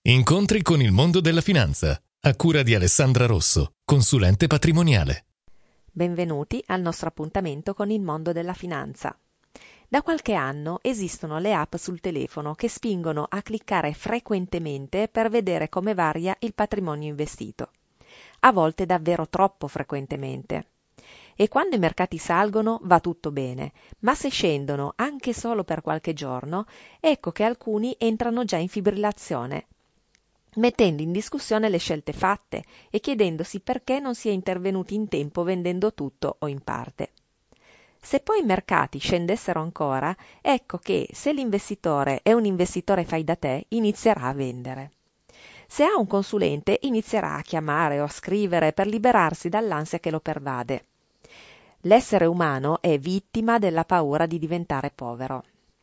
Incontri con il mondo della finanza, a cura di Alessandra Rosso, consulente patrimoniale. Benvenuti al nostro appuntamento con il mondo della finanza. Da qualche anno esistono le app sul telefono che spingono a cliccare frequentemente per vedere come varia il patrimonio investito. A volte davvero troppo frequentemente. E quando i mercati salgono va tutto bene, ma se scendono anche solo per qualche giorno, ecco che alcuni entrano già in fibrillazione, mettendo in discussione le scelte fatte e chiedendosi perché non si è intervenuti in tempo vendendo tutto o in parte. Se poi i mercati scendessero ancora, ecco che se l'investitore è un investitore fai da te, inizierà a vendere. Se ha un consulente, inizierà a chiamare o a scrivere per liberarsi dall'ansia che lo pervade. L'essere umano è vittima della paura di diventare povero.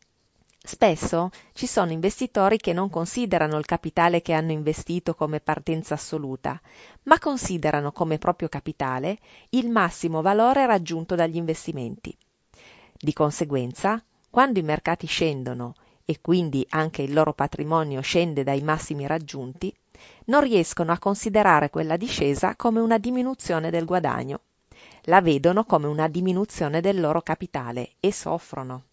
Spesso ci sono investitori che non considerano il capitale che hanno investito come partenza assoluta, ma considerano come proprio capitale il massimo valore raggiunto dagli investimenti. Di conseguenza, quando i mercati scendono e quindi anche il loro patrimonio scende dai massimi raggiunti, non riescono a considerare quella discesa come una diminuzione del guadagno. La vedono come una diminuzione del loro capitale e soffrono.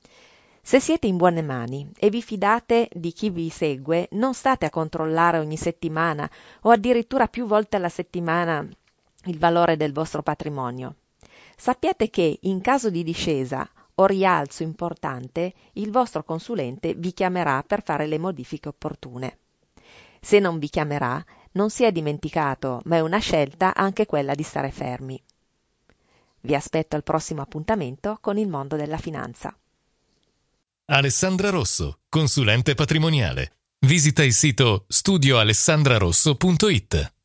Se siete in buone mani e vi fidate di chi vi segue, non state a controllare ogni settimana o addirittura più volte alla settimana il valore del vostro patrimonio. Sappiate che in caso di discesa o rialzo importante, il vostro consulente vi chiamerà per fare le modifiche opportune. Se non vi chiamerà, non si è dimenticato, ma è una scelta anche quella di stare fermi. Vi aspetto al prossimo appuntamento con il mondo della finanza. Alessandra Rosso, consulente patrimoniale. Visita il sito studioalessandrarosso.it.